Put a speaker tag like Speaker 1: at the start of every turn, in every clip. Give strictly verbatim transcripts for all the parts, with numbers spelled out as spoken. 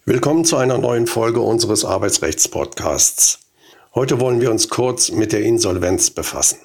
Speaker 1: Willkommen zu einer neuen Folge unseres Arbeitsrechts-Podcasts. Heute wollen wir uns kurz mit der Insolvenz befassen.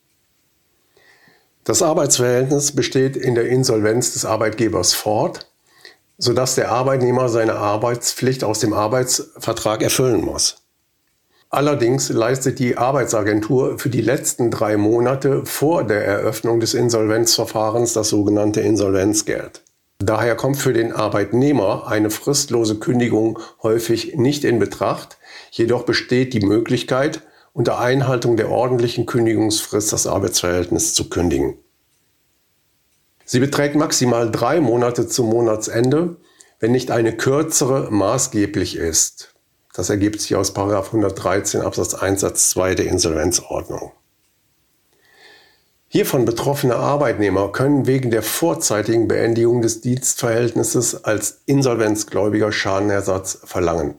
Speaker 1: Das Arbeitsverhältnis besteht in der Insolvenz des Arbeitgebers fort, sodass der Arbeitnehmer seine Arbeitspflicht aus dem Arbeitsvertrag erfüllen muss. Allerdings leistet die Arbeitsagentur für die letzten drei Monate vor der Eröffnung des Insolvenzverfahrens das sogenannte Insolvenzgeld. Daher kommt für den Arbeitnehmer eine fristlose Kündigung häufig nicht in Betracht, jedoch besteht die Möglichkeit, unter Einhaltung der ordentlichen Kündigungsfrist das Arbeitsverhältnis zu kündigen. Sie beträgt maximal drei Monate zum Monatsende, wenn nicht eine kürzere maßgeblich ist. Das ergibt sich aus Paragraph hundertdreizehn Absatz eins Satz zwei der Insolvenzordnung. Hiervon betroffene Arbeitnehmer können wegen der vorzeitigen Beendigung des Dienstverhältnisses als Insolvenzgläubiger Schadenersatz verlangen.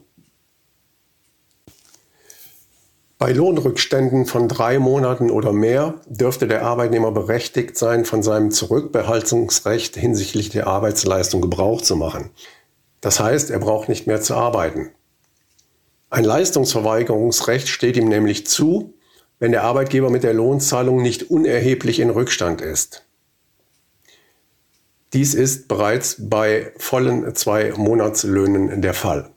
Speaker 1: Bei Lohnrückständen von drei Monaten oder mehr dürfte der Arbeitnehmer berechtigt sein, von seinem Zurückbehaltungsrecht hinsichtlich der Arbeitsleistung Gebrauch zu machen. Das heißt, er braucht nicht mehr zu arbeiten. Ein Leistungsverweigerungsrecht steht ihm nämlich zu, wenn der Arbeitgeber mit der Lohnzahlung nicht unerheblich in Rückstand ist. Dies ist bereits bei vollen zwei Monatslöhnen der Fall.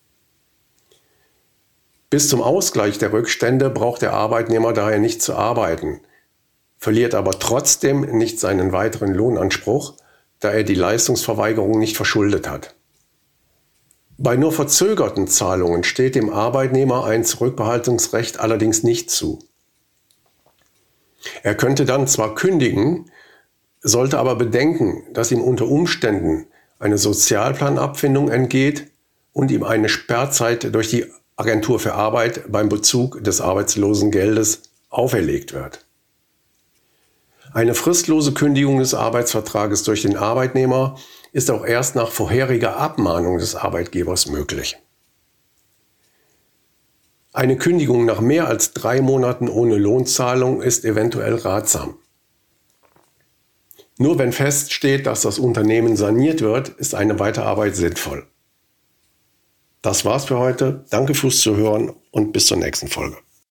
Speaker 1: Bis zum Ausgleich der Rückstände braucht der Arbeitnehmer daher nicht zu arbeiten, verliert aber trotzdem nicht seinen weiteren Lohnanspruch, da er die Leistungsverweigerung nicht verschuldet hat. Bei nur verzögerten Zahlungen steht dem Arbeitnehmer ein Zurückbehaltungsrecht allerdings nicht zu. Er könnte dann zwar kündigen, sollte aber bedenken, dass ihm unter Umständen eine Sozialplanabfindung entgeht und ihm eine Sperrzeit durch die Agentur für Arbeit beim Bezug des Arbeitslosengeldes auferlegt wird. Eine fristlose Kündigung des Arbeitsvertrages durch den Arbeitnehmer ist auch erst nach vorheriger Abmahnung des Arbeitgebers möglich. Eine Kündigung nach mehr als drei Monaten ohne Lohnzahlung ist eventuell ratsam. Nur wenn feststeht, dass das Unternehmen saniert wird, ist eine Weiterarbeit sinnvoll. Das war's für heute. Danke fürs Zuhören und bis zur nächsten Folge.